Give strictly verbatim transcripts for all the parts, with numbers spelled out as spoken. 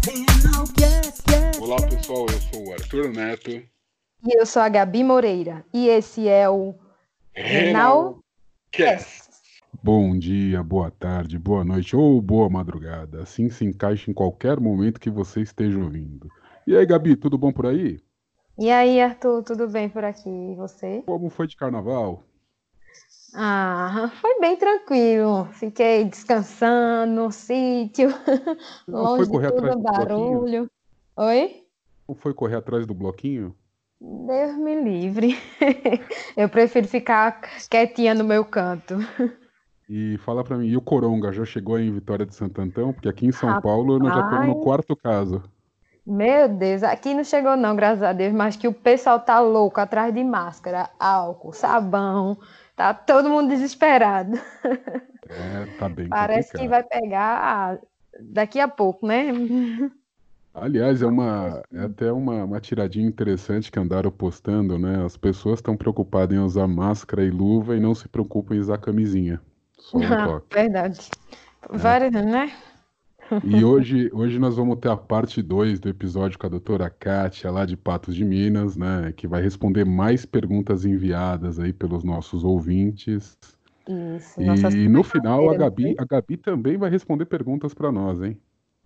Yes, yes, Olá yes. pessoal, eu sou o Arthur Neto. E eu sou a Gabi Moreira. E esse é o Renal Cast. Bom dia, boa tarde, boa noite ou boa madrugada. Assim se encaixa em qualquer momento que você esteja ouvindo. E aí, Gabi, tudo bom por aí? E aí, Arthur, tudo bem por aqui? E você? Como foi de carnaval? Ah, foi bem tranquilo. Fiquei descansando no sítio, Não foi longe de correr atrás todo do bloquinho? barulho. Oi? Não foi correr atrás do bloquinho? Deus me livre. Eu prefiro ficar quietinha no meu canto. E fala pra mim, e o Coronga já chegou aí em Vitória de Santo Antão? Porque aqui em São Paulo nós já estamos no Rapaz, quarto caso. meu Deus, aqui não chegou não, graças a Deus, mas que o pessoal tá louco atrás de máscara, álcool, sabão, tá todo mundo desesperado. É, tá bem Parece que complicado. vai pegar daqui a pouco, né? Aliás, é uma, é até uma, uma tiradinha interessante que andaram postando, né? As pessoas estão preocupadas em usar máscara e luva e não se preocupam em usar camisinha. Só um toque, Verdade. né? Várias, né? E hoje, hoje nós vamos ter a parte dois do episódio com a doutora Kátia, lá de Patos de Minas, né? Que vai responder mais perguntas enviadas aí pelos nossos ouvintes. Isso, nossa E no super final, a parceira, não Gabi, foi? a Gabi também vai responder perguntas para nós, hein?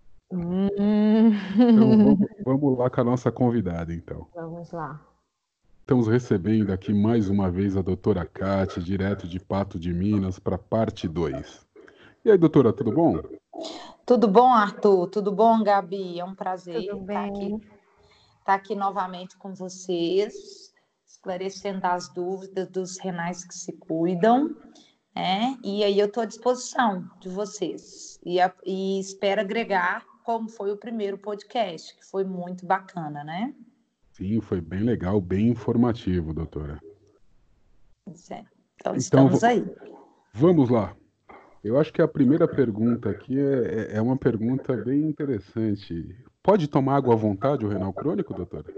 Hum. Então vamos, vamos lá com a nossa convidada, então. Vamos lá. Estamos recebendo aqui mais uma vez a doutora Kátia, direto de Pato de Minas, para parte dois. E aí, doutora, tudo bom? Tudo bom, Arthur? Tudo bom, Gabi? É um prazer Tudo estar aqui, bem? estar aqui novamente com vocês, esclarecendo as dúvidas dos renais que se cuidam, né? E aí eu estou à disposição de vocês. E, a, e espero agregar como foi o primeiro podcast, que foi muito bacana, né? Sim, foi bem legal, bem informativo, doutora. Então, Então, estamos v- aí. vamos lá. Eu acho que a primeira pergunta aqui é, é é uma pergunta bem interessante. Pode tomar água à vontade o renal crônico, doutora?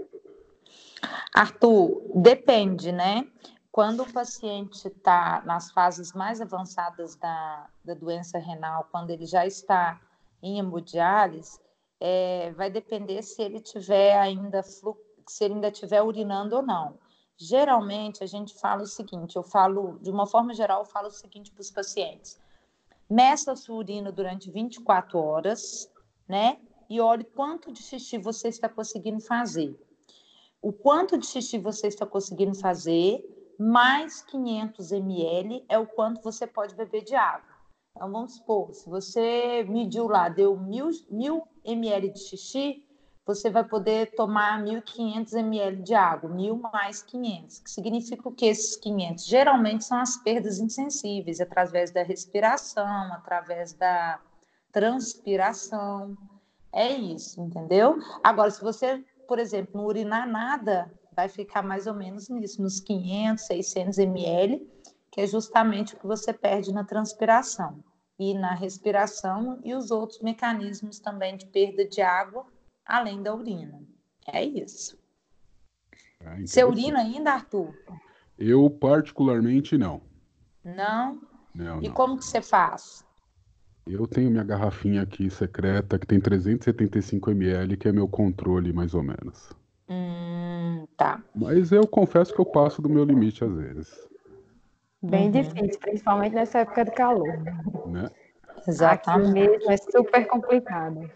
Arthur, depende, né? Quando o paciente está nas fases mais avançadas da, da doença renal, quando ele já está em hemodiálise, é, vai depender se ele tiver ainda flu, se ele ainda estiver urinando ou não. Geralmente a gente fala o seguinte, eu falo, de uma forma geral, eu falo o seguinte para os pacientes: meça a sua urina durante vinte e quatro horas, né? E olhe quanto de xixi você está conseguindo fazer. O quanto de xixi você está conseguindo fazer, mais quinhentos mililitros é o quanto você pode beber de água. Então, vamos supor, se você mediu lá, deu mil, mil mililitros de xixi, você vai poder tomar mil e quinhentos mililitros de água, mil mais quinhentos, que significa o que esses quinhentos? Geralmente são as perdas insensíveis, através da respiração, através da transpiração. É isso, entendeu? Agora, se você, por exemplo, não urinar nada, vai ficar mais ou menos nisso, nos quinhentos, seiscentos mililitros, que é justamente o que você perde na transpiração e na respiração e os outros mecanismos também de perda de água, além da urina. É isso. Ah, Você interessante. urina ainda, Arthur? Eu particularmente não. Não? Não, E não. como que você faz? Eu tenho minha garrafinha aqui secreta que tem trezentos e setenta e cinco mililitros, que é meu controle, mais ou menos. Hum, tá. Mas eu confesso que eu passo do meu limite às vezes, Bem Uhum, difícil, principalmente nessa época de calor. né? Aqui exatamente. mesmo é super complicado.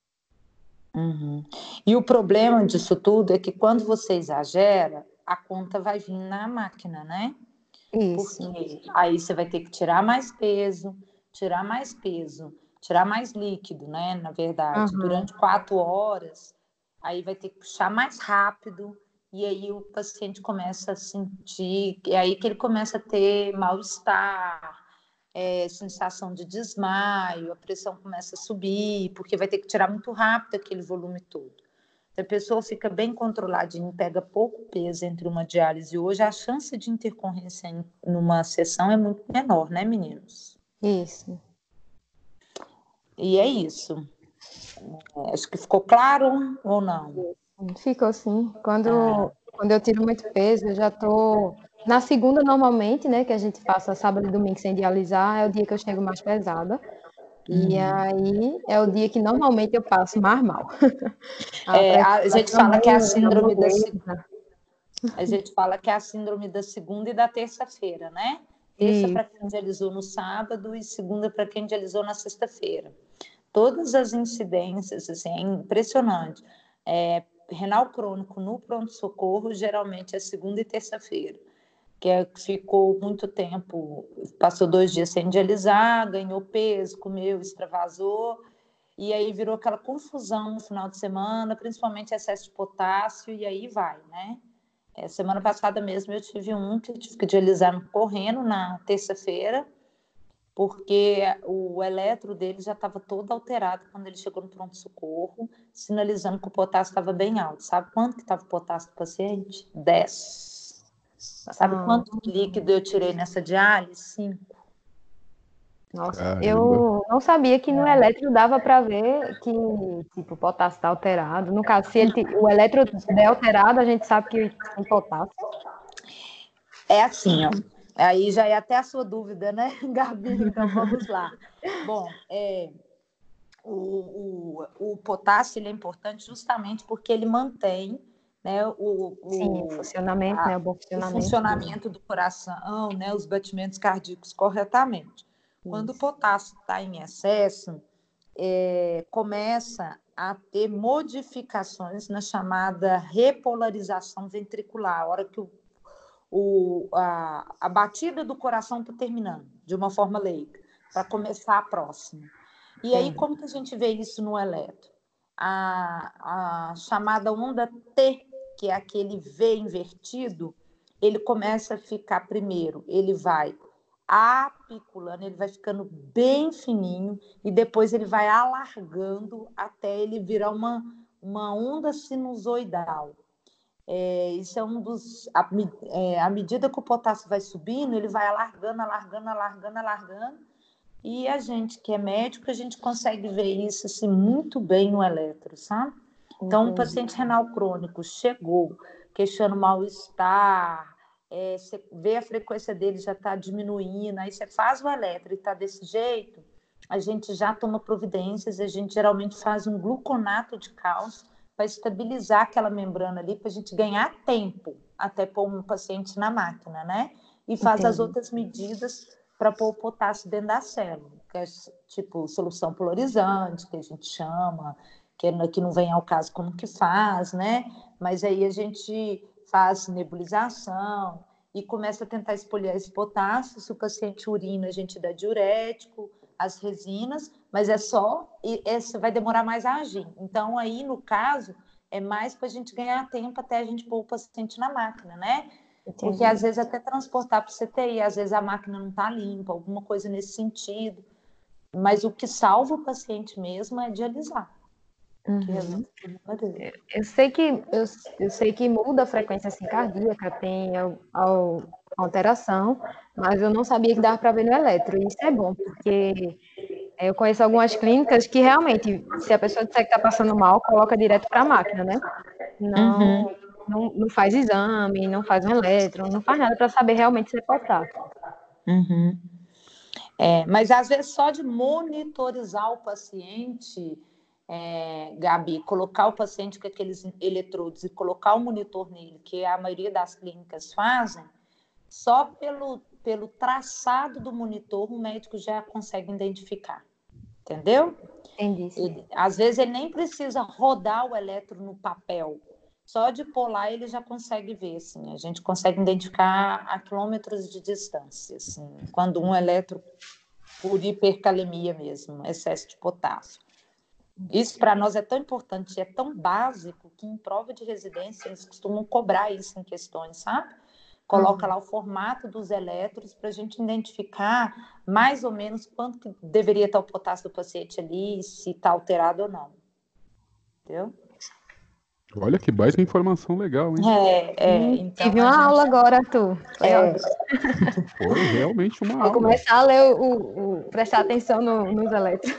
Uhum. E o problema disso tudo é que quando você exagera, a conta vai vir na máquina, né? Isso. Porque aí você vai ter que tirar mais peso, tirar mais peso, tirar mais líquido, né? Na verdade, Aham. durante quatro horas, aí vai ter que puxar mais rápido, e aí o paciente começa a sentir, é aí que ele começa a ter mal-estar, é, sensação de desmaio, a pressão começa a subir, porque vai ter que tirar muito rápido aquele volume todo. Se a pessoa fica bem controladinha, pega pouco peso entre uma diálise e hoje, a chance de intercorrência em numa sessão é muito menor, né, meninos? Isso. E é isso. É, acho que ficou claro ou não? Ficou assim. Ah, Quando, quando eu tiro muito peso, eu já tô na segunda normalmente, né, que a gente passa sábado e domingo sem dialisar, é o dia que eu chego mais pesada. E Uhum. aí é o dia que normalmente eu passo mais mal. A É, a, a pressão gente baixa fala que é a muito, a síndrome da se- moleza. a gente fala que é a síndrome da segunda e da terça-feira, né? Terça E para quem dialisou no sábado e segunda para quem dialisou na sexta-feira. Todas as incidências, assim, é impressionante. É, renal crônico no pronto-socorro geralmente é segunda e terça-feira, que é, ficou muito tempo, passou dois dias sem dialisar, ganhou peso, comeu, extravasou, e aí virou aquela confusão no final de semana, principalmente excesso de potássio, e aí vai, né? É, semana passada mesmo eu tive um que tive que dialisar correndo na terça-feira, porque o eletro dele já estava todo alterado quando ele chegou no pronto-socorro, sinalizando que o potássio estava bem alto. Sabe quanto que estava o potássio do paciente? dez. Sabe ah, quanto líquido eu tirei nessa diálise? cinco. nossa, Caramba. eu não sabia que no eletro dava para ver que tipo, o potássio está alterado. No caso, se ele, ti- o eletro der alterado, a gente sabe que tem potássio. É assim, ó. Aí já é até a sua dúvida, né, Gabi? Então vamos lá. Bom, é, o, o, o potássio ele é importante justamente porque ele mantém, né, o, Sim, o o, funcionamento, né? a, O bom o funcionamento do. funcionamento do coração, né, os batimentos cardíacos corretamente. Quando o Isso. potássio está em excesso, é, começa a ter modificações na chamada repolarização ventricular, a hora que o, o, a, a batida do coração está terminando, de uma forma leiga, para começar a próxima. E aí, Entendi. como que a gente vê isso no eletro? A, a chamada onda T, que é aquele V invertido, ele começa a ficar primeiro, ele vai apiculando, ele vai ficando bem fininho e depois ele vai alargando até ele virar uma, uma onda sinusoidal. É, isso é um dos. A, é, à medida que o potássio vai subindo, ele vai alargando, alargando, alargando, alargando. E a gente que é médico, a gente consegue ver isso assim, muito bem no eletro, sabe? Então, o Entendi. paciente renal crônico chegou, queixando mal-estar, é, você vê a frequência dele já está diminuindo, aí você faz o eletro e está desse jeito, a gente já toma providências, a gente geralmente faz um gluconato de cálcio para estabilizar aquela membrana ali, para a gente ganhar tempo até pôr um paciente na máquina, né? E faz as Entendi. outras medidas para pôr o potássio dentro da célula, que é tipo solução polarizante, que a gente chama, que aqui não vem ao caso como que faz, né? Mas aí a gente faz nebulização e começa a tentar espolhar esse potássio. Se o paciente urina, a gente dá diurético, as resinas, mas é só, e esse vai demorar mais a agir. Então, aí, no caso, é mais para a gente ganhar tempo até a gente pôr o paciente na máquina, né? Porque às Entendi. vezes até transportar para o C T I, às vezes a máquina não está limpa, alguma coisa nesse sentido. Mas o que salva o paciente mesmo é dialisar, que Uhum. resolve o problema dele. Eu sei que eu, eu sei que muda a frequência assim, cardíaca, tem al- al- alteração, mas eu não sabia que dava para ver no eletro. E isso é bom, porque eu conheço algumas clínicas que realmente, se a pessoa disser que está passando mal, coloca direto para a máquina, né? Não, Uhum. não, não faz exame, não faz um eletro, não faz nada para saber realmente se é potássio. Uhum. É, mas às vezes só de monitorizar o paciente, é, Gabi, colocar o paciente com aqueles eletrodos e colocar o monitor nele, que a maioria das clínicas fazem, só pelo, pelo traçado do monitor o médico já consegue identificar, entendeu? Entendi, sim. Ele, às vezes ele nem precisa rodar o eletro no papel, só de pôr lá ele já consegue ver, assim, a gente consegue identificar a quilômetros de distância, assim, quando um eletro por hipercalemia mesmo, excesso de potássio. Isso para nós é tão importante, é tão básico que em prova de residência eles costumam cobrar isso em questões, sabe? Coloca Uhum. lá o formato dos eletros para a gente identificar mais ou menos quanto que deveria estar o potássio do paciente ali, se está alterado ou não. Entendeu? Olha que baita informação legal, hein? É, é, Sim, então tive a uma gente. aula agora, Arthur. Foi É, ótimo. Foi realmente uma Vou aula. começar a ler o, o- o- prestar atenção no- nos eletros.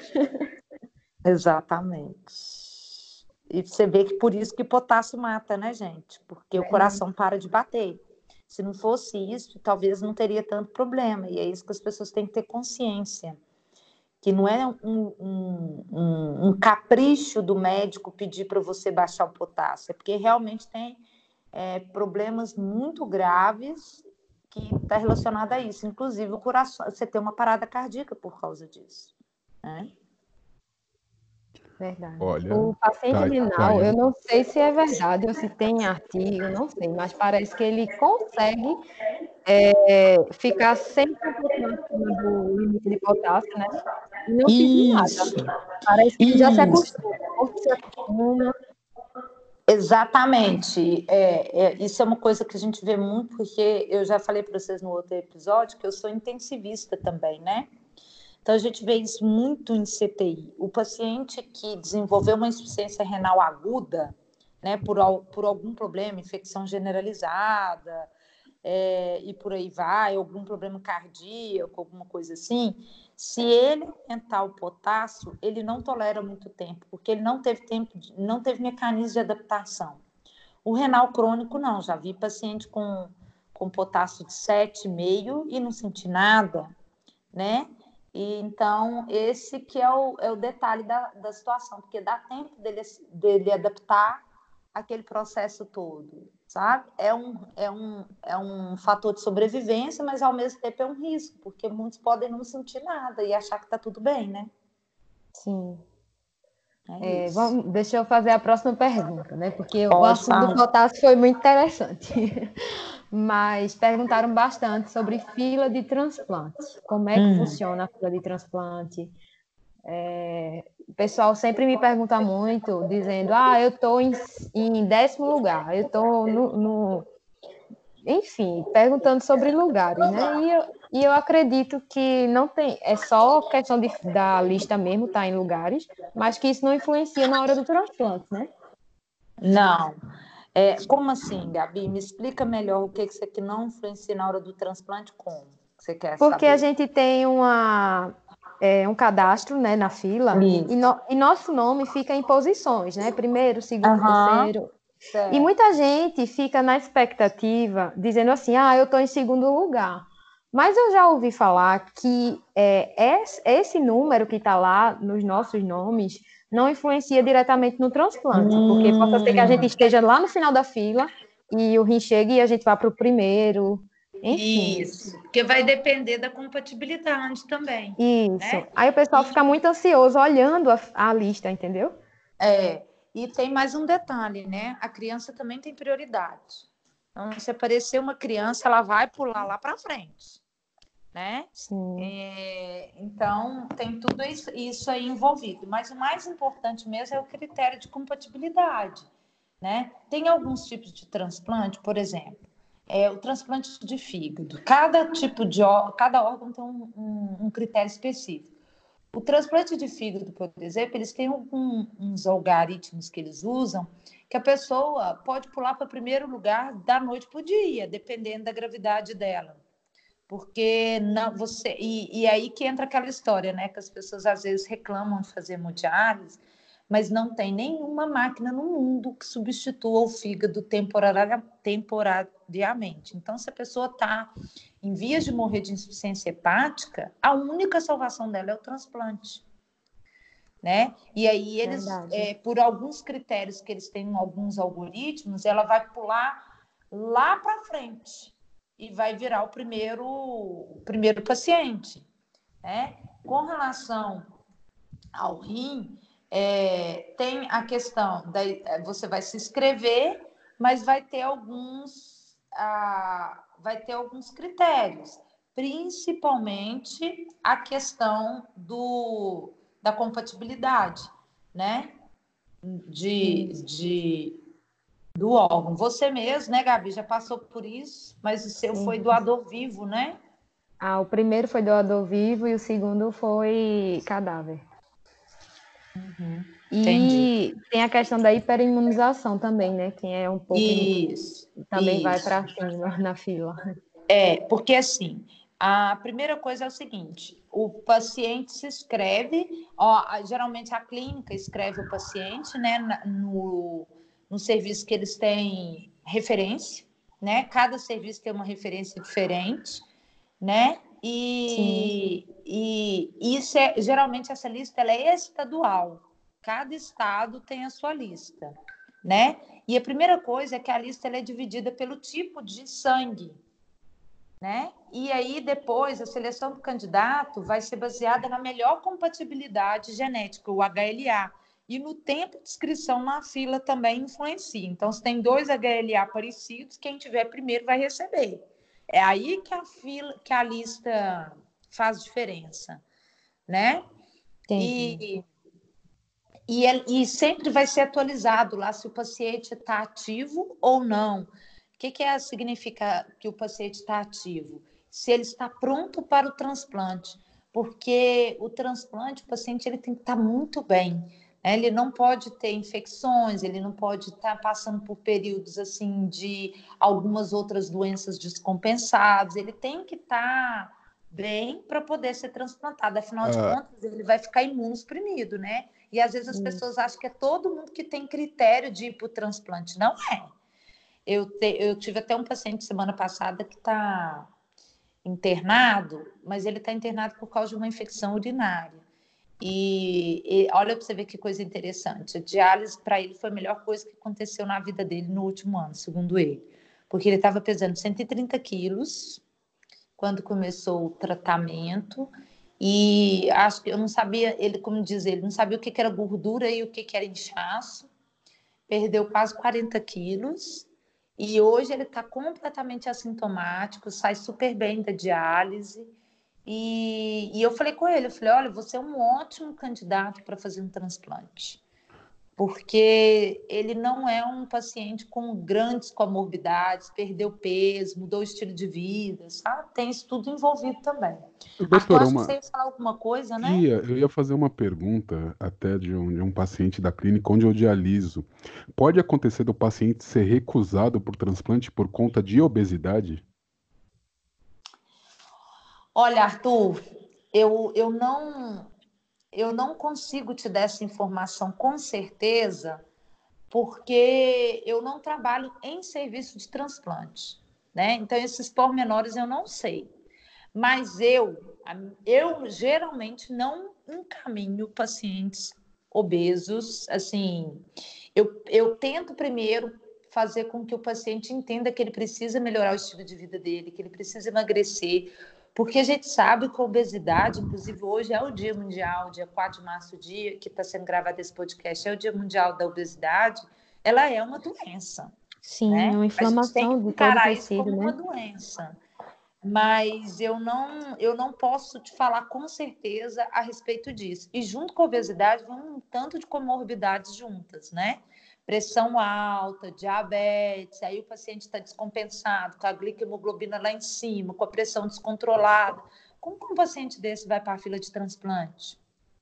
exatamente. E você vê que por isso que potássio mata, né, gente? Porque o Verdade. coração para de bater. Se não fosse isso, talvez não teria tanto problema. E é isso que as pessoas têm que ter consciência. que não é um, um, um, um capricho do médico pedir para você baixar o potássio, é porque realmente tem é, problemas muito graves que está relacionado a isso, inclusive o coração, você tem uma parada cardíaca por causa disso, né? Verdade. Olha, O paciente tá, tá renal, aí. eu não sei se é verdade ou se tem artigo, não sei, mas parece que ele consegue é, ficar sempre um pouco acima do limite de potássio, né? E não sentir nada. Isso, Parece que já se isso. acostuma, o corpo se acostuma. Exatamente. É, é, isso é uma coisa que a gente vê muito, porque eu já falei para vocês no outro episódio que eu sou intensivista também, né? Então, a gente vê isso muito em C T I. O paciente que desenvolveu uma insuficiência renal aguda, né, por, por algum problema, infecção generalizada, é, e por aí vai, algum problema cardíaco, alguma coisa assim, se ele aumentar o potássio, ele não tolera muito tempo, porque ele não teve tempo, de, não teve mecanismo de adaptação. O renal crônico, não. Já vi paciente com, com potássio de sete vírgula cinco e não senti nada, né? E, então, esse que é o, é o detalhe da, da situação, porque dá tempo dele, dele adaptar aquele processo todo, sabe? É um, é, um, é um fator de sobrevivência, mas ao mesmo tempo é um risco, porque muitos podem não sentir nada e achar que está tudo bem, né? Sim. É É, isso. vamos, deixa eu fazer a próxima pergunta, né? Porque o Pode assunto do falar. potássio foi muito interessante. Mas perguntaram bastante sobre fila de transplante. Como é que Hum. funciona a fila de transplante? É, o pessoal sempre me pergunta muito, dizendo, ah, eu estou em, em décimo lugar, eu estou no, no... Enfim, perguntando sobre lugares, né? E eu, e eu acredito que não tem, é só questão de, da lista mesmo estar em lugares, mas que isso não influencia na hora do transplante, né? Não. É, como assim, Gabi? Me explica melhor o que, que você que não influencia na hora do transplante, como você quer Porque a saber? gente tem uma, é, um cadastro, né, na fila e, Isso. no, e nosso nome fica em posições, né? Primeiro, segundo, Aham, terceiro. E certo. muita gente fica na expectativa, dizendo assim, ah, eu estou em segundo lugar. Mas eu já ouvi falar que é, esse número que está lá nos nossos nomes não influencia diretamente no transplante, porque possa ser que a gente Hum, esteja lá no final da fila e o rim chegue e a gente vá para o primeiro, enfim. isso, porque vai depender da compatibilidade também, Isso. né? Aí o pessoal E, fica muito ansioso olhando a, a lista, entendeu? é, e tem mais um detalhe, né? A criança também tem prioridade. Então, se aparecer uma criança, ela vai pular lá para frente, né? Sim. É, então, tem tudo isso, isso aí envolvido. Mas o mais importante mesmo é o critério de compatibilidade, né? Tem alguns tipos de transplante, por exemplo, é, o transplante de fígado. Cada tipo de cada órgão tem um, um, um critério específico. O transplante de fígado, por exemplo, eles têm algum, uns algoritmos que eles usam que a pessoa pode pular para o primeiro lugar da noite para o dia, dependendo da gravidade dela. Porque não, você. E, e aí que entra aquela história, né? Que as pessoas às vezes reclamam de fazer hemodiálise, mas não tem nenhuma máquina no mundo que substitua o fígado temporária, temporariamente. Então, se a pessoa está em vias de morrer de insuficiência hepática, a única salvação dela é o transplante. Né? E aí eles, é, por alguns critérios que eles têm, alguns algoritmos, ela vai pular lá para frente e vai virar o primeiro, o primeiro paciente. Né? Com relação ao rim, é, tem a questão, da, você vai se inscrever, mas vai ter alguns, ah, vai ter alguns critérios, principalmente a questão do, da compatibilidade, né? De, de, do órgão. Você mesmo, né, Gabi, já passou por isso, mas o seu Sim. foi doador vivo, né? Ah, o primeiro foi doador vivo e o segundo foi cadáver. Uhum, e entendi. tem a questão da hiperimunização também, né? Quem é um pouco... Isso, também vai isso. para cima na fila. É, porque assim, a primeira coisa é o seguinte, o paciente se inscreve, ó, geralmente a clínica escreve o paciente, né, no, no serviço que eles têm referência, né, cada serviço tem uma referência diferente, né, E, e isso é, geralmente essa lista ela é estadual. Cada estado tem a sua lista, né? E a primeira coisa é que a lista ela é dividida pelo tipo de sangue, né? E aí depois a seleção do candidato vai ser baseada na melhor compatibilidade genética, o H L A, e no tempo de inscrição na fila também influencia. Então, se tem dois H L A parecidos, quem tiver primeiro vai receber. É aí que a fila, que a lista faz diferença, né? Entendi. E, e, e sempre vai ser atualizado lá se o paciente está ativo ou não. O que, que é, significa que o paciente está ativo? Se ele está pronto para o transplante, porque o transplante, o paciente ele tem que estar muito bem, né? Ele não pode ter infecções, ele não pode estar passando por períodos assim de algumas outras doenças descompensadas, ele tem que estar bem para poder ser transplantado, afinal de Ah, contas ele vai ficar imunossuprimido, né? E às vezes as pessoas acham que é todo mundo que tem critério de ir para o transplante, não é? Eu, te, eu tive até um paciente semana passada que está internado, mas ele está internado por causa de uma infecção urinária. E, e olha para você ver que coisa interessante. A diálise para ele foi a melhor coisa que aconteceu na vida dele no último ano, segundo ele. Porque ele estava pesando cento e trinta quilos quando começou o tratamento. E acho que eu não sabia, ele, como diz ele, não sabia o que era gordura e o que era inchaço. Perdeu quase quarenta quilos. E hoje ele está completamente assintomático, sai super bem da diálise. E, e eu falei com ele, eu falei, olha, você é um ótimo candidato para fazer um transplante, porque ele não é um paciente com grandes comorbidades, perdeu peso, mudou o estilo de vida, sabe? Tem isso tudo envolvido também. Arthur, doutora, acho que você uma, ia falar alguma coisa, né? ia, eu ia fazer uma pergunta até de um, de um paciente da clínica onde eu dialiso. Pode acontecer do paciente ser recusado por transplante por conta de obesidade? Olha, Arthur, eu, eu não eu não consigo te dar essa informação com certeza, porque eu não trabalho em serviço de transplante, né? Então, esses pormenores eu não sei. Mas eu, eu geralmente não encaminho pacientes obesos, assim, eu, eu tento primeiro fazer com que o paciente entenda que ele precisa melhorar o estilo de vida dele, que ele precisa emagrecer, porque a gente sabe que a obesidade, inclusive hoje é o Dia Mundial, dia quatro de março, o dia que está sendo gravado esse podcast, é o Dia Mundial da Obesidade, ela é uma doença, Sim, é né? uma A gente tem que inflamação de todo o encarar isso tecido, como uma né? doença. Mas eu não, eu não posso te falar com certeza a respeito disso. E junto com a obesidade vem um tanto de comorbidades juntas, né? Pressão alta, diabetes, aí o paciente está descompensado, com a glicemoglobina lá em cima, com a pressão descontrolada. Como que um paciente desse vai para a fila de transplante?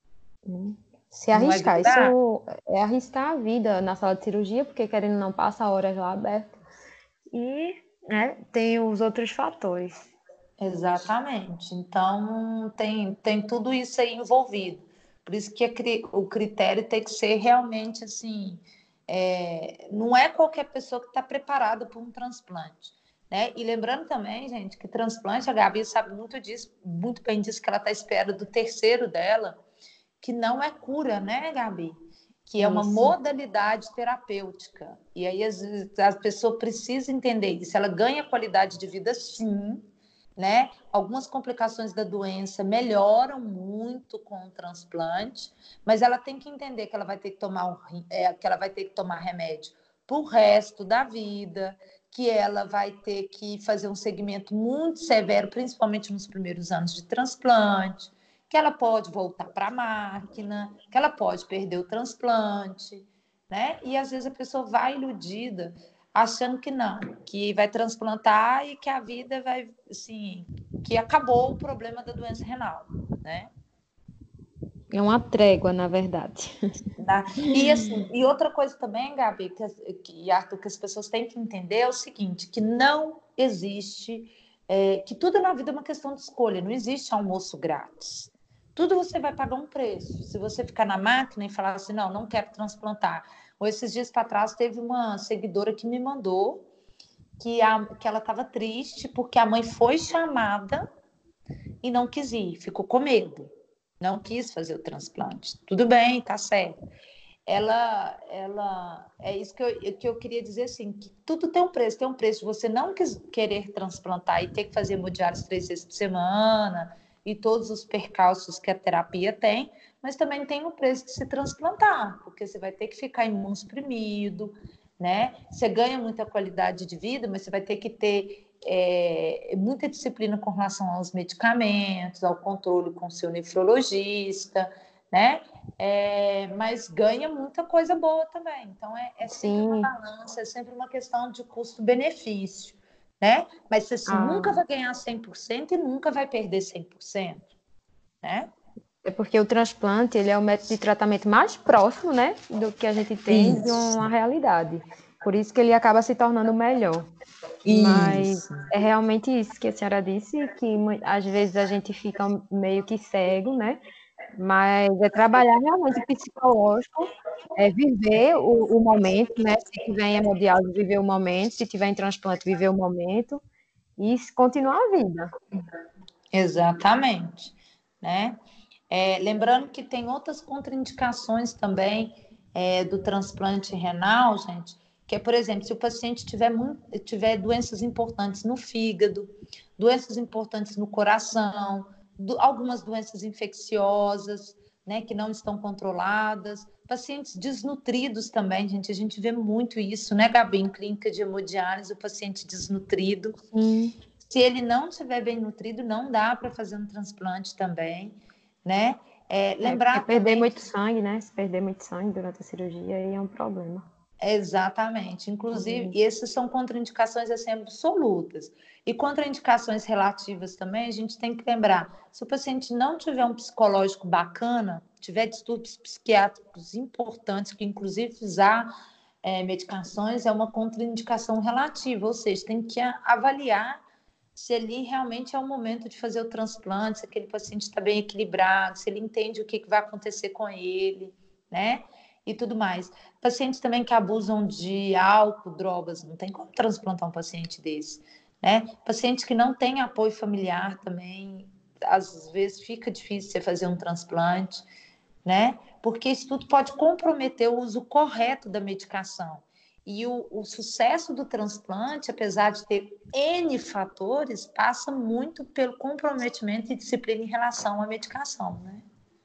Se Não é arriscar, grave? isso é arriscar a vida na sala de cirurgia, porque querendo ou não passa horas lá aberto. E, né, tem os outros fatores. Exatamente. Então, tem, tem tudo isso aí envolvido. Por isso que a, o critério tem que ser realmente assim, é, não é qualquer pessoa que está preparada para um transplante. Né? E lembrando também, gente, que transplante, a Gabi sabe muito disso, muito bem disso, que ela está à espera do terceiro dela, que não é cura, né, Gabi? Que é uma Isso. modalidade terapêutica. E aí, às vezes, a pessoa precisa entender isso. Ela ganha qualidade de vida, sim, né? Algumas complicações da doença melhoram muito com o transplante, mas ela tem que entender que ela vai ter que tomar, é, que ela vai ter que tomar remédio para o resto da vida, que ela vai ter que fazer um segmento muito severo, principalmente nos primeiros anos de transplante, que ela pode voltar para a máquina, que ela pode perder o transplante, né? E às vezes a pessoa vai iludida, achando que não, que vai transplantar e que a vida vai, assim, que acabou o problema da doença renal, né? É uma trégua, na verdade. E assim, e outra coisa também, Gabi, que, que Arthur, que as pessoas têm que entender é o seguinte, que não existe, é, que tudo na vida é uma questão de escolha, não existe almoço grátis. Tudo você vai pagar um preço. Se você ficar na máquina e falar assim, não, não quero transplantar. Ou esses dias para trás teve uma seguidora que me mandou que, a, que ela estava triste porque a mãe foi chamada e não quis ir, ficou com medo, não quis fazer o transplante. Tudo bem, tá certo. Ela, ela, é isso que eu, que eu queria dizer, assim, que tudo tem um preço, tem um preço de você não quis, querer transplantar e ter que fazer hemodiálise três vezes por semana e todos os percalços que a terapia tem, mas também tem o preço de se transplantar, porque você vai ter que ficar imunossuprimido, né? Você ganha muita qualidade de vida, mas você vai ter que ter é, muita disciplina com relação aos medicamentos, ao controle com o seu nefrologista, né? É, mas ganha muita coisa boa também. Então, é, é sempre uma Sim. balança, é sempre uma questão de custo-benefício, né? Mas você assim, Ah, nunca vai ganhar cem por cento e nunca vai perder cem por cento, né? é porque o transplante, ele é o método de tratamento mais próximo, né, do que a gente tem de Isso, uma realidade. Por isso que ele acaba se tornando melhor. Mas isso. é realmente isso que a senhora disse, que mu- às vezes a gente fica meio que cego, né? Mas é trabalhar realmente o psicológico, é viver o, o momento, né? Se tiver em hemodiálise, viver o momento, se tiver em transplante, viver o momento e se- continuar a vida. Exatamente, né? É, lembrando que tem outras contraindicações também é, do transplante renal, gente, que é, por exemplo, se o paciente tiver, muito, tiver doenças importantes no fígado, doenças importantes no coração, do, algumas doenças infecciosas, né, que não estão controladas, pacientes desnutridos também, gente, a gente vê muito isso, né, Gabi, em clínica de hemodiálise, o paciente desnutrido. Sim. Se ele não estiver bem nutrido, não dá para fazer um transplante também, né? É, É, porque lembrar perder também muito que, sangue, né? Se perder muito sangue durante a cirurgia, aí é um problema. exatamente, inclusive, Uhum. essas são contraindicações assim, absolutas. E contraindicações relativas também, a gente tem que lembrar, se o paciente não tiver um psicológico bacana, tiver distúrbios psiquiátricos importantes, que inclusive usar é, medicações é uma contraindicação relativa, ou seja, tem que avaliar se ali realmente é o momento de fazer o transplante, se aquele paciente está bem equilibrado, se ele entende o que, que vai acontecer com ele, né? E tudo mais. Pacientes também que abusam de álcool, drogas, não tem como transplantar um paciente desse, né? Pacientes que não têm apoio familiar também, às vezes fica difícil você fazer um transplante, né? Porque isso tudo pode comprometer o uso correto da medicação. E o, o sucesso do transplante, apesar de ter N fatores, passa muito pelo comprometimento e disciplina em relação à medicação, né?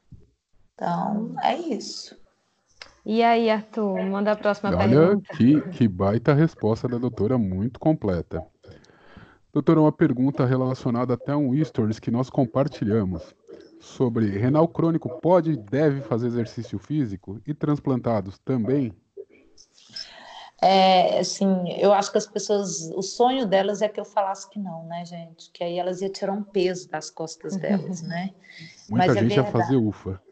Então, é isso. E aí, Arthur, manda a próxima Olha pergunta. que, que baita resposta da doutora, muito completa. Doutora, uma pergunta relacionada até a um stories que nós compartilhamos sobre renal crônico pode e deve fazer exercício físico e transplantados também? É, assim, eu acho que as pessoas, o sonho delas é que eu falasse que não, né, gente? Que aí elas iam tirar um peso das costas delas, né? Muita Mas é gente ia fazer verdade. ufa.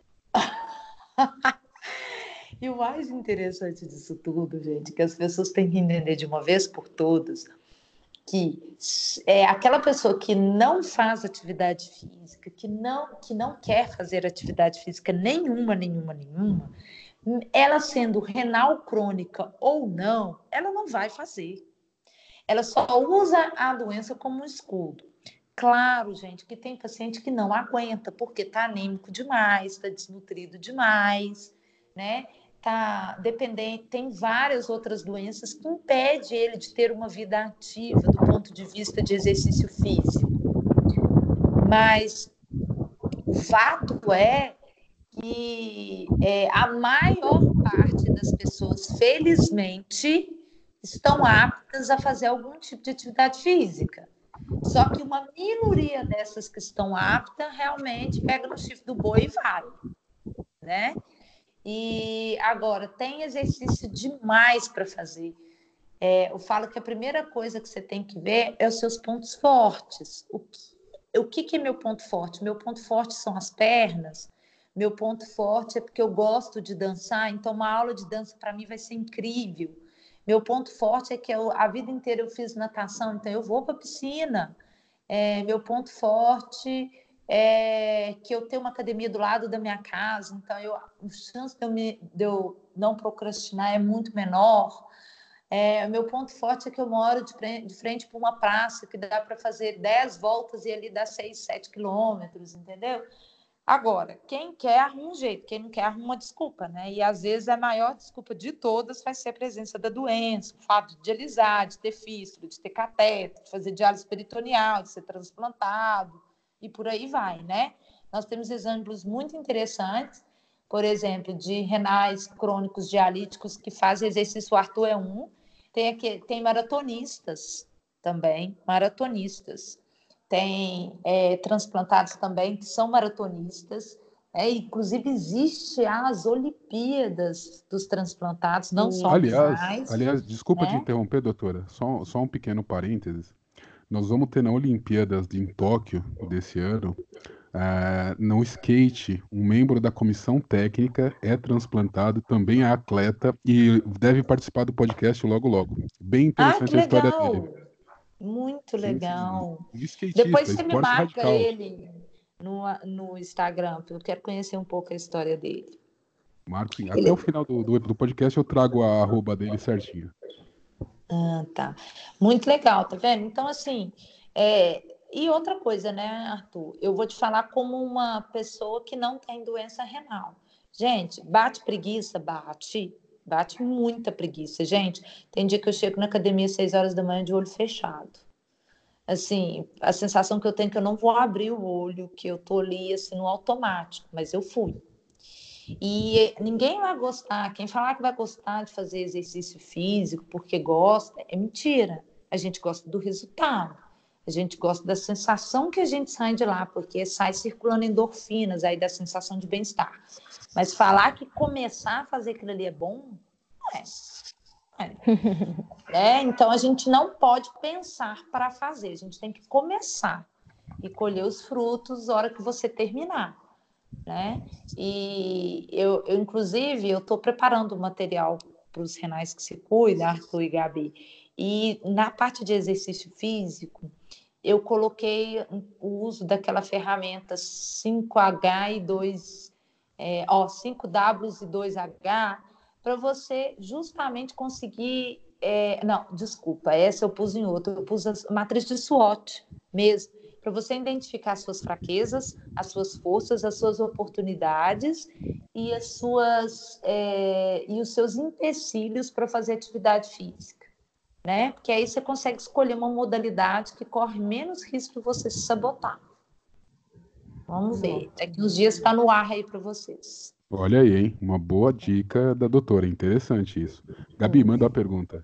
E o mais interessante disso tudo, gente, que as pessoas têm que entender de uma vez por todas que é aquela pessoa que não faz atividade física, que não, que não quer fazer atividade física nenhuma, nenhuma, nenhuma, ela sendo renal crônica ou não, ela não vai fazer. Ela só usa a doença como um escudo. Claro, gente, que tem paciente que não aguenta, porque está anêmico demais, está desnutrido demais, né? Tá dependente, tem várias outras doenças que impedem ele de ter uma vida ativa do ponto de vista de exercício físico. Mas o fato é que é, a maior parte das pessoas, felizmente, estão aptas a fazer algum tipo de atividade física. Só que uma minoria dessas que estão aptas realmente pega no chifre do boi e vai, né? E agora, tem exercício demais para fazer. É, eu falo que a primeira coisa que você tem que ver é os seus pontos fortes. O que, o que, que é meu ponto forte? Meu ponto forte são as pernas. Meu ponto forte é porque eu gosto de dançar, então uma aula de dança para mim vai ser incrível. Meu ponto forte é que eu, a vida inteira eu fiz natação, então eu vou para a piscina. É, meu ponto forte é que eu tenho uma academia do lado da minha casa, então eu, a chance de eu, me, de eu não procrastinar é muito menor. É, o meu ponto forte é que eu moro de frente, de frente para uma praça que dá para fazer dez voltas e ali dá seis, sete quilômetros, entendeu? Agora, quem quer arruma um jeito, quem não quer arruma uma desculpa, né? E às vezes a maior desculpa de todas vai ser a presença da doença, o fato de dialisar, de ter fístula, de ter catéter, de fazer diálise peritoneal, de ser transplantado e por aí vai, né? Nós temos exemplos muito interessantes, por exemplo, de renais crônicos dialíticos que fazem exercício. O Arthur é um. Tem, aqui, tem maratonistas também, maratonistas. Tem é, transplantados também que são maratonistas. É, inclusive, existe as Olimpíadas dos transplantados, não só Aliás, renais. aliás, desculpa te Né? interromper, doutora. Só, só um pequeno parênteses. Nós vamos ter na Olimpíadas de em Tóquio desse ano, ah, no skate, um membro da comissão técnica é transplantado, também é atleta e deve participar do podcast logo logo. Bem Ah, que interessante a história dele. legal! Muito Sim, sim. legal. Um Depois skatista, você me esporte marca radical. ele no, no Instagram, porque eu quero conhecer um pouco a história dele. Marco, sim. Até Ele... o final do, do, do podcast eu trago a arroba dele certinho. Ah, tá. Muito legal, tá vendo? Então, assim, é... e outra coisa, né, Arthur? Eu vou te falar como uma pessoa que não tem doença renal. Gente, bate preguiça? Bate. Bate muita preguiça. Gente, tem dia que eu chego na academia às seis horas da manhã de olho fechado. Assim, a sensação que eu tenho é que eu não vou abrir o olho, que eu tô ali, assim, no automático, mas eu fui. E ninguém vai gostar, quem falar que vai gostar de fazer exercício físico porque gosta, é mentira. A gente gosta do resultado, a gente gosta da sensação que a gente sai de lá, porque sai circulando endorfinas, aí da sensação de bem-estar. Mas falar que começar a fazer aquilo ali é bom, não é. É. É, então a gente não pode pensar para fazer, a gente tem que começar e colher os frutos na hora que você terminar, né? E eu, eu inclusive, eu estou preparando o material para os renais que se cuidam, Arthur e Gabi, e na parte de exercício físico, eu coloquei o uso daquela ferramenta cinco H e dois, é, ó, cinco W e dois H, para você justamente conseguir. É, não, desculpa, essa eu pus em outra, eu pus a matriz de SWOT mesmo, para você identificar as suas fraquezas, as suas forças, as suas oportunidades e, as suas, é, e os seus empecilhos para fazer atividade física. Né? Porque aí você consegue escolher uma modalidade que corre menos risco de você se sabotar. Vamos ver. Daqui uns dias está no ar aí para vocês. Olha aí, hein? Uma boa dica da doutora. Interessante isso. Gabi, manda a pergunta.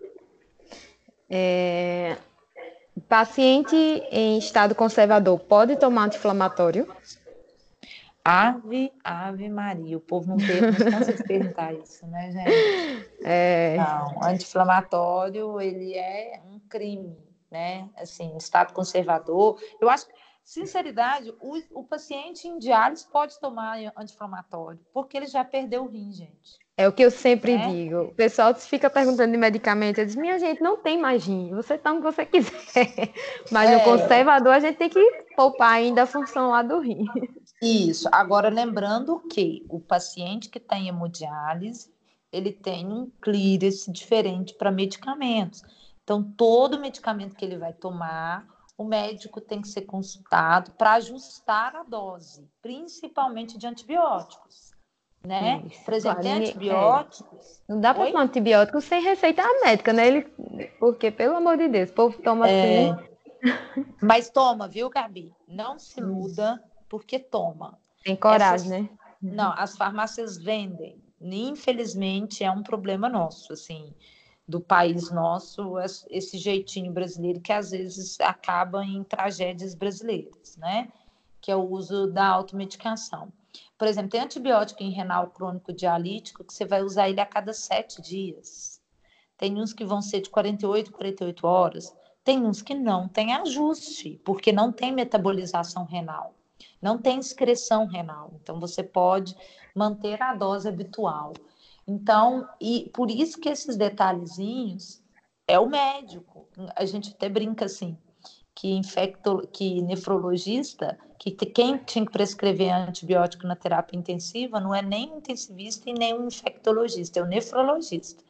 É... Paciente em estado conservador pode tomar anti-inflamatório? Ave, ave Maria. O povo não, per... não cansa de perguntar isso, né, gente? É... Não, anti-inflamatório, ele é um crime, né? Assim, estado conservador. Eu acho que, sinceridade, o, o paciente em diálise pode tomar anti-inflamatório, porque ele já perdeu o rim, gente. É o que eu sempre É? digo. O pessoal fica perguntando de medicamento. Eu digo, minha gente, não tem mais rim. Você toma o que você quiser. Mas no É. conservador a gente tem que poupar ainda a função lá do rim. Isso. Agora, lembrando que o paciente que tem hemodiálise, ele tem um clearance diferente para medicamentos. Então, todo medicamento que ele vai tomar, o médico tem que ser consultado para ajustar a dose, principalmente de antibióticos, né? Isso, Por exemplo, claro, tem ninguém- antibióticos... Não dá para Oi? tomar antibiótico sem receita médica, né? Ele... Porque, pelo amor de Deus, o povo toma É... assim. Mas toma, viu, Gabi? Não se iluda, porque toma. Tem coragem, Essas... né? Não, as farmácias vendem. Infelizmente, é um problema nosso, assim, do país nosso, esse jeitinho brasileiro que às vezes acaba em tragédias brasileiras, né? Que é o uso da automedicação. Por exemplo, tem antibiótico em renal crônico dialítico que você vai usar ele a cada sete dias. Tem uns que vão ser de quarenta e oito, quarenta e oito horas. Tem uns que não tem ajuste, porque não tem metabolização renal. Não tem excreção renal, então você pode manter a dose habitual. Então, e por isso que esses detalhezinhos é o médico. A gente até brinca assim, que infecto, que nefrologista, que quem tinha que prescrever antibiótico na terapia intensiva não é nem o intensivista e nem o infectologista, é o nefrologista.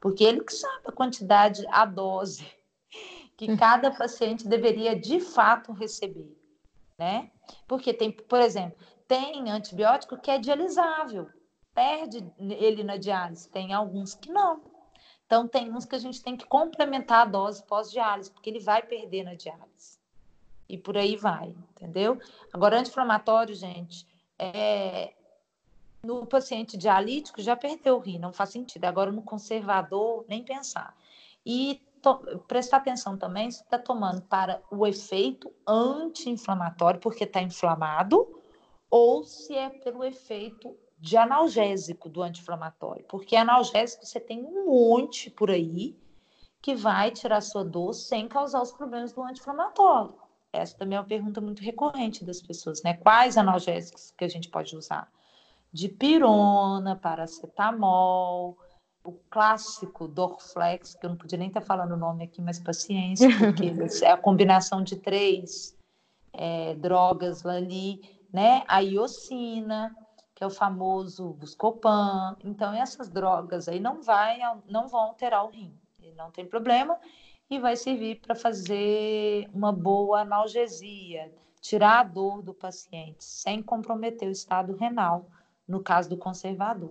porque ele que sabe a quantidade, a dose que cada paciente deveria de fato receber, né? Porque tem, por exemplo, tem antibiótico que é dialisável, perde ele na diálise, tem alguns que não. Então, tem uns que a gente tem que complementar a dose pós-diálise, porque ele vai perder na diálise. E por aí vai, entendeu? Agora, anti-inflamatório, gente, é... no paciente dialítico já perdeu o rim, não faz sentido. Agora, no conservador, nem pensar. E to... prestar atenção também se está tomando para o efeito anti-inflamatório, porque está inflamado, ou se é pelo efeito de analgésico do anti-inflamatório, porque analgésico você tem um monte por aí que vai tirar sua dor sem causar os problemas do anti-inflamatório. Essa também é uma pergunta muito recorrente das pessoas, né? Quais analgésicos que a gente pode usar? Dipirona, paracetamol, o clássico Dorflex, que eu não podia nem estar falando o nome aqui, mas paciência, porque é a combinação de três é, drogas ali, né? A iosina, que é o famoso Buscopan. Então, essas drogas aí não, vai, não vão alterar o rim, não tem problema, e vai servir para fazer uma boa analgesia, tirar a dor do paciente, sem comprometer o estado renal, no caso do conservador.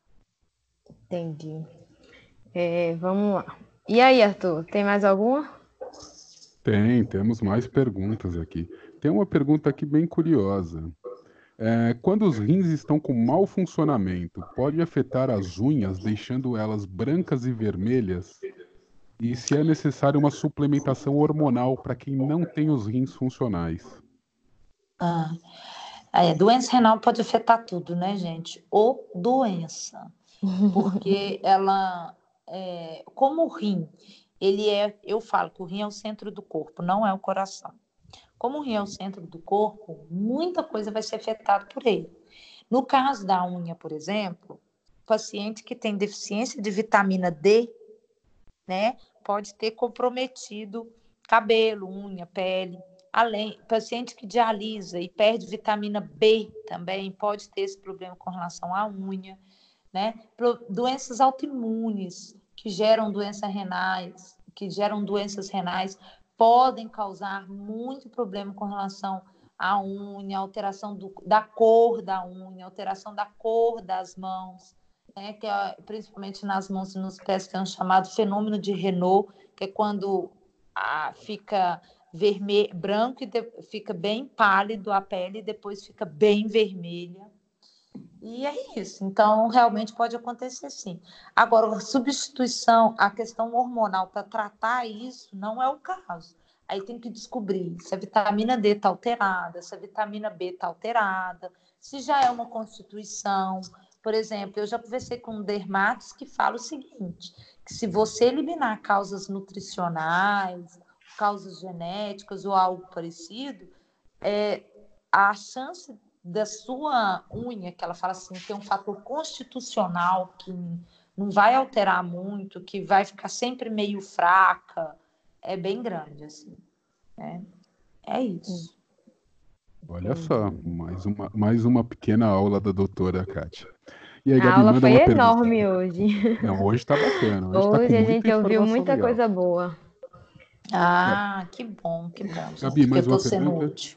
Entendi. É, vamos lá. E aí, Arthur, tem mais alguma? Tem, temos mais perguntas aqui. Tem uma pergunta aqui bem curiosa. É, quando os rins estão com mau funcionamento, pode afetar as unhas, deixando elas brancas e vermelhas? E se é necessário uma suplementação hormonal para quem não tem os rins funcionais? Ah, é, doença renal pode afetar tudo, né, gente? Ou doença, porque ela, é, como o rim, ele é, eu falo que o rim é o centro do corpo, não é o coração. Como o rim é o centro do corpo, muita coisa vai ser afetada por ele. No caso da unha, por exemplo, paciente que tem deficiência de vitamina D, né, pode ter comprometido cabelo, unha, pele. Além, paciente que dialisa e perde vitamina B também pode ter esse problema com relação à unha, né? Doenças autoimunes que geram doenças renais, que geram doenças renais, podem causar muito problema com relação à unha, alteração do, da cor da unha, alteração da cor das mãos, né? Que é, principalmente nas mãos e nos pés, que é um chamado fenômeno de Renault, que é quando a, fica vermelho, branco e de, fica bem pálido a pele e depois fica bem vermelha. E é isso. Então, realmente pode acontecer sim. Agora, a substituição, a questão hormonal para tratar isso não é o caso. Aí tem que descobrir se a vitamina D está alterada, se a vitamina B está alterada, se já é uma constituição. Por exemplo, eu já conversei com um dermatos que fala o seguinte, que se você eliminar causas nutricionais, causas genéticas ou algo parecido, é, a chance da sua unha, que ela fala assim, tem um fator constitucional que não vai alterar muito, que vai ficar sempre meio fraca, é bem grande, assim, né? É isso. Olha só, mais uma, mais uma pequena aula da doutora Kátia. E aí, A Gabi, aula manda foi uma pergunta. enorme hoje. Não, hoje tá bacana, hoje tá com Hoje a muita gente ouviu informação muita legal. coisa boa. Ah, que bom, que bom, gente, Gabi, que mais eu uma tô sendo pergunta? útil.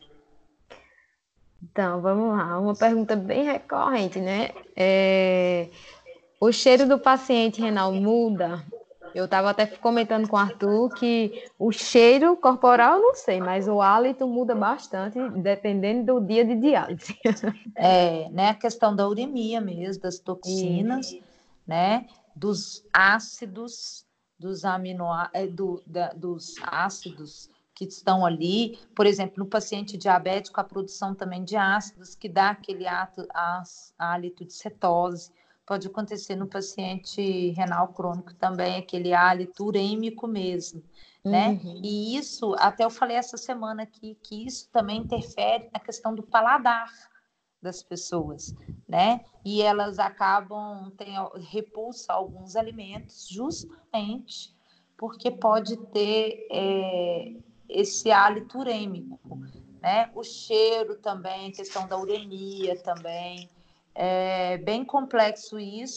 Então, vamos lá. Uma pergunta bem recorrente, né? É, o cheiro do paciente renal muda? Eu estava até comentando com o Arthur que o cheiro corporal eu não sei, mas o hálito muda bastante dependendo do dia de diálise. É, né, a questão da uremia mesmo, das toxinas, Isso. né, dos ácidos, dos amino, do, da, dos ácidos que estão ali, por exemplo, no paciente diabético, a produção também de ácidos, que dá aquele ato, hálito de cetose. Pode acontecer no paciente renal crônico também, aquele hálito urêmico mesmo, né? Uhum. E isso, até eu falei essa semana aqui, que isso também interfere na questão do paladar das pessoas, né? E elas acabam tendo repulsa a alguns alimentos justamente porque pode ter é, esse hálito urêmico, né? O cheiro também, questão da uremia também, é bem complexo isso.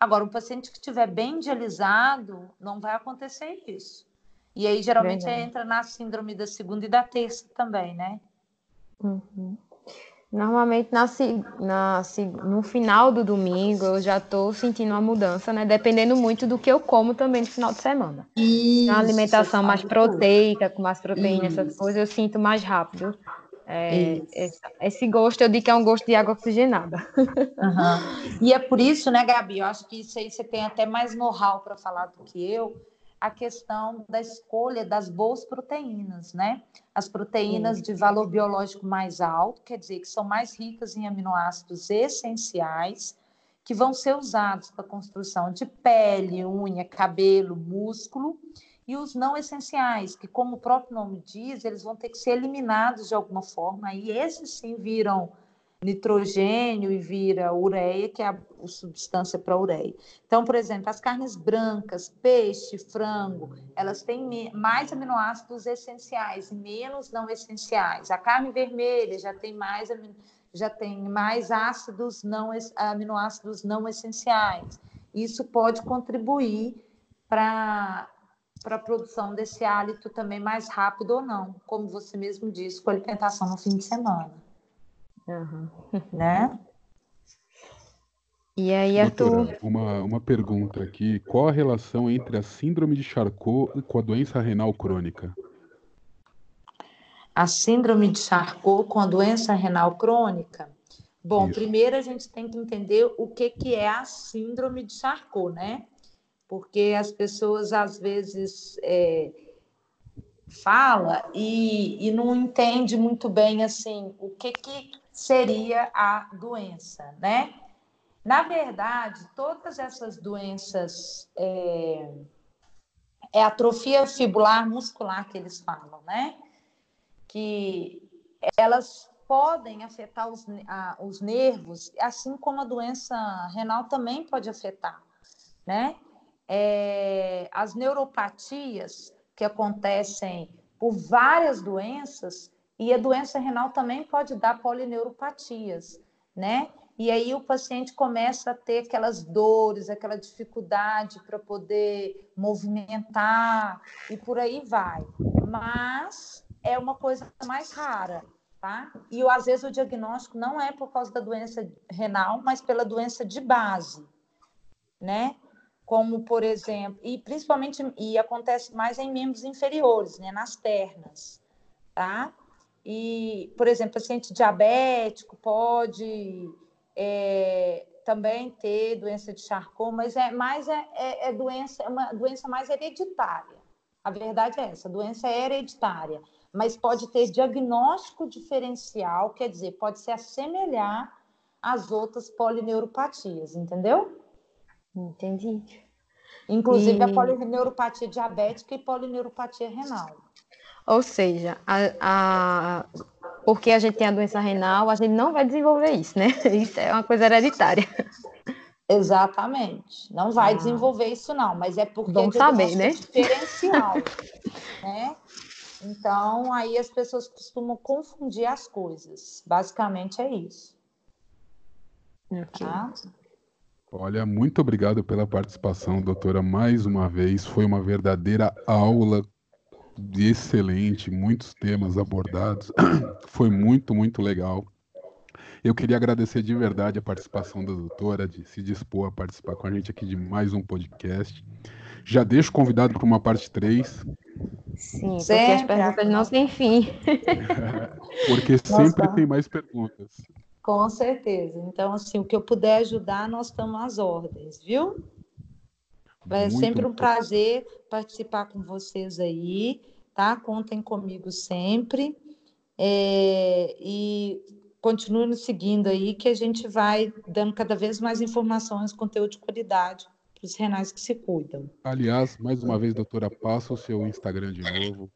Agora, o paciente que estiver bem dialisado, não vai acontecer isso. E aí, geralmente, Verdade. entra na síndrome da segunda e da terça também, né? Uhum. Normalmente, na, se- na, se- no final do domingo, eu já estou sentindo uma mudança, né? Dependendo muito do que eu como também no final de semana. Uma Isso, você alimentação mais sabe tudo. proteica, com mais proteína, essas Isso, coisas, eu sinto mais rápido. É, isso. esse, esse gosto, eu digo que é um gosto de água oxigenada. Aham. E é por isso, né, Gabi? Eu acho que isso aí você tem até mais know-how para falar do que eu, a questão da escolha das boas proteínas, né? As proteínas Sim. de valor biológico mais alto, quer dizer, que são mais ricas em aminoácidos essenciais, que vão ser usados para a construção de pele, unha, cabelo, músculo, e os não essenciais, que, como o próprio nome diz, eles vão ter que ser eliminados de alguma forma, e esses sim viram nitrogênio e vira ureia, que é a, a substância para ureia. Então, por exemplo, as carnes brancas, peixe, frango, elas têm mais aminoácidos essenciais e menos não essenciais. A carne vermelha já tem mais, já tem mais ácidos não, aminoácidos não essenciais. Isso pode contribuir para para a produção desse hálito também mais rápido ou não, como você mesmo disse, com a alimentação no fim de semana. Uhum. Né? E aí, Doutora, Arthur? uma, uma pergunta aqui. Qual a relação entre a síndrome de Charcot e com a doença renal crônica? A síndrome de Charcot com a doença renal crônica? Bom, Isso. primeiro a gente tem que entender o que, que é a síndrome de Charcot, né? Porque as pessoas às vezes é, falam e, e não entende muito bem assim o que, que seria a doença, né? Na verdade, todas essas doenças é, é atrofia fibular muscular que eles falam, né? Que elas podem afetar os, a, os nervos, assim como a doença renal também pode afetar, né? É, as neuropatias que acontecem por várias doenças, e a doença renal também pode dar polineuropatias, né? E aí o paciente começa a ter aquelas dores, aquela dificuldade para poder movimentar e por aí vai. Mas é uma coisa mais rara, tá? E às vezes o diagnóstico não é por causa da doença renal, mas pela doença de base, né? Como, por exemplo, e principalmente, e acontece mais em membros inferiores, né? Nas pernas, tá? E, por exemplo, paciente diabético pode é, também ter doença de Charcot, mas é mais é, é, é doença, é uma doença mais hereditária. A verdade é essa, a doença é hereditária, mas pode ter diagnóstico diferencial, quer dizer, pode se assemelhar às outras polineuropatias, entendeu? Entendi. Inclusive a E, polineuropatia diabética e polineuropatia renal. ou seja, a, a, porque a gente tem a doença renal, a gente não vai desenvolver isso, né? Isso é uma coisa hereditária. Exatamente. Não vai Ah, desenvolver isso, não, mas é porque é bom saber, diagnóstico né? diferencial, né? Então, aí as pessoas costumam confundir as coisas. Basicamente é isso. Ok. Tá? Olha, muito obrigado pela participação, doutora, mais uma vez. Foi uma verdadeira aula excelente, muitos temas abordados. Foi muito, muito legal. Eu queria agradecer de verdade a participação da doutora, de se dispor a participar com a gente aqui de mais um podcast. Já deixo convidado para uma parte três, Sim, porque as Sempre, perguntas Arthur, não nós, têm fim. porque nós sempre tem estamos, mais perguntas. com certeza. Então, assim, o que eu puder ajudar, nós estamos às ordens, viu? É Muito, sempre um muito prazer participar com vocês aí, tá? Contem comigo sempre. É, e continue nos seguindo aí, que a gente vai dando cada vez mais informações, conteúdo de qualidade para os renais que se cuidam. Aliás, mais uma vez, doutora, passa o seu Instagram de novo.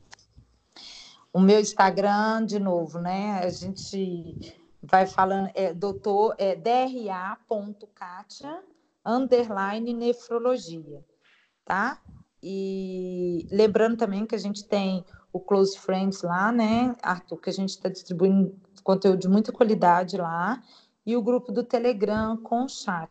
O meu Instagram, de novo, né? A gente vai falando, é doutor, é dra.katia, underline nefrologia, tá? E lembrando também que a gente tem o Close Friends lá, né, Arthur, que a gente está distribuindo conteúdo de muita qualidade lá, e o grupo do Telegram com chat.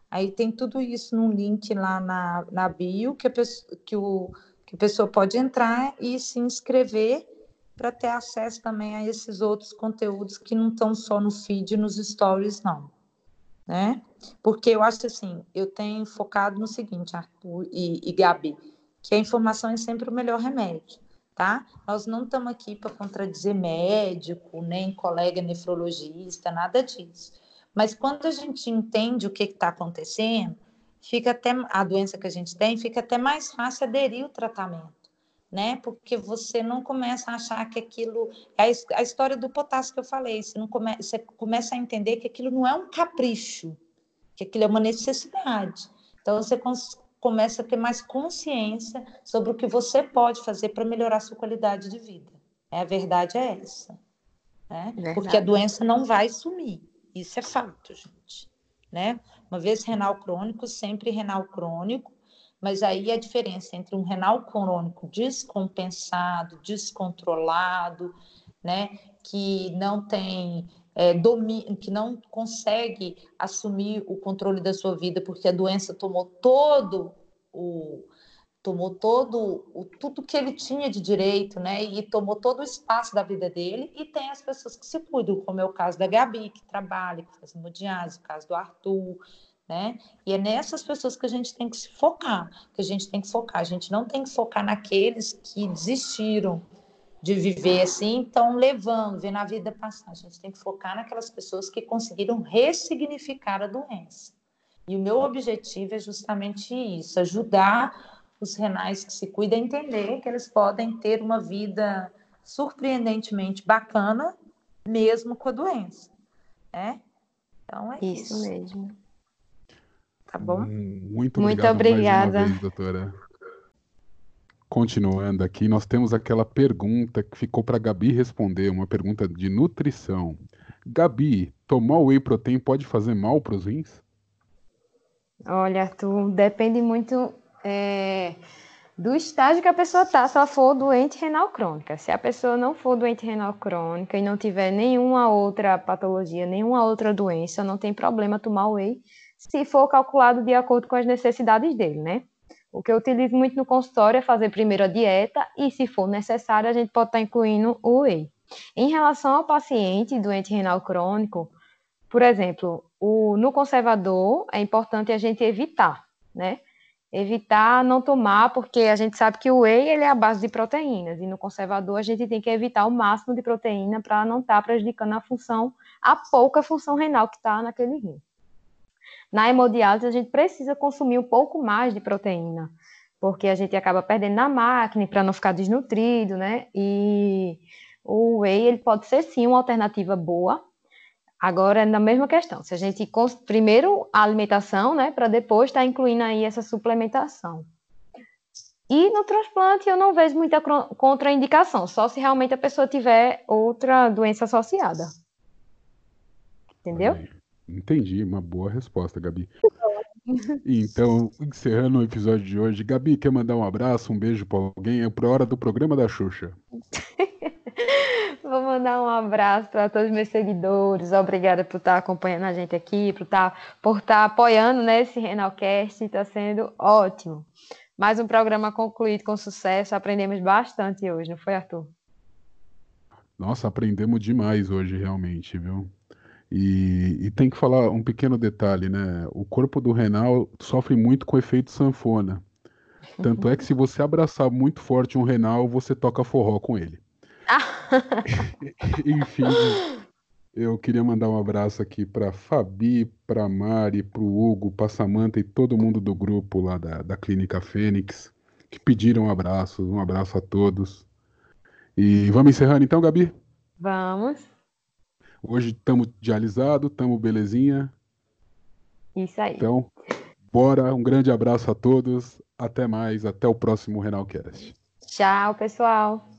Aí tem tudo isso num link lá na, na bio, que a, pessoa, que, o, que a pessoa pode entrar e se inscrever para ter acesso também a esses outros conteúdos que não estão só no feed, nos stories, não. Né? Porque eu acho assim, eu tenho focado no seguinte, Arthur e, e Gabi, que a informação é sempre o melhor remédio, tá? Nós não estamos aqui para contradizer médico, nem colega nefrologista, nada disso. Mas quando a gente entende o que está acontecendo, fica até a doença que a gente tem, fica até mais fácil aderir ao tratamento, né? Porque você não começa a achar que aquilo é a história do potássio que eu falei, você, não come, você começa a entender que aquilo não é um capricho, que aquilo é uma necessidade. Então você começa a ter mais consciência sobre o que você pode fazer para melhorar a sua qualidade de vida. É, a verdade é essa, né? Porque a doença não vai sumir, isso é fato, gente, né? Uma vez renal crônico, sempre renal crônico. Mas aí a diferença entre um renal crônico descompensado, descontrolado, né, que não tem é, domínio, que não consegue assumir o controle da sua vida porque a doença tomou todo o tomou todo o tudo que ele tinha de direito, né, e tomou todo o espaço da vida dele, e tem as pessoas que se cuidam, como é o caso da Gabi, que trabalha, que faz hemodiálise, o caso do Arthur, né? E é nessas pessoas que a gente tem que se focar, que a gente tem que focar. A gente não tem que focar naqueles que desistiram de viver assim, estão levando, vendo a vida passar. A gente tem que focar naquelas pessoas que conseguiram ressignificar a doença. E o meu objetivo é justamente isso, ajudar os renais que se cuidam a entender que eles podem ter uma vida surpreendentemente bacana, mesmo com a doença, né? Então é isso. Isso mesmo. Tá bom? Muito obrigado Muito mais obrigada. uma vez, doutora. Continuando aqui, nós temos aquela pergunta que ficou para a Gabi responder, uma pergunta de nutrição. Gabi, tomar whey protein pode fazer mal para os rins? Olha, Arthur, depende muito é, do estágio que a pessoa está, se ela for doente renal crônica. Se a pessoa não for doente renal crônica e não tiver nenhuma outra patologia, nenhuma outra doença, não tem problema tomar whey, se for calculado de acordo com as necessidades dele, né? O que eu utilizo muito no consultório é fazer primeiro a dieta e, se for necessário, a gente pode estar incluindo o whey. Em relação ao paciente doente renal crônico, por exemplo, o, no conservador é importante a gente evitar, né? Evitar não tomar, porque a gente sabe que o whey ele é a base de proteínas, e no conservador a gente tem que evitar o máximo de proteína para não estar prejudicando a função, a pouca função renal que está naquele rim. Na hemodiálise, a gente precisa consumir um pouco mais de proteína, porque a gente acaba perdendo na máquina para não ficar desnutrido, né? E o whey, ele pode ser sim uma alternativa boa. Agora, na mesma questão, se a gente primeiro a alimentação, né, para depois estar tá incluindo aí essa suplementação. E no transplante eu não vejo muita contraindicação, só se realmente a pessoa tiver outra doença associada. Entendeu? Entendi, uma boa resposta, Gabi. Então, encerrando o episódio de hoje, Gabi, quer mandar um abraço, um beijo para alguém? É por hora do programa da Xuxa. Vou mandar um abraço para todos os meus seguidores. Obrigada por estar acompanhando a gente aqui, por estar, por estar apoiando, né, esse Renalcast. Está sendo ótimo. Mais um programa concluído com sucesso. Aprendemos bastante hoje, não foi, Arthur? Nossa, aprendemos demais hoje, realmente, viu? E, e tem que falar um pequeno detalhe, né? O corpo do renal sofre muito com o efeito sanfona. Tanto é que se você abraçar muito forte um renal, você toca forró com ele. Enfim, eu queria mandar um abraço aqui para Fabi, para Mari, para o Hugo, para Samanta e todo mundo do grupo lá da, da Clínica Fênix, que pediram abraços. Um abraço a todos. E vamos encerrando então, Gabi? Vamos. Hoje estamos dialisados, estamos belezinha. Isso aí. Então, bora. Um grande abraço a todos. Até mais. Até o próximo Renalcast. Tchau, pessoal.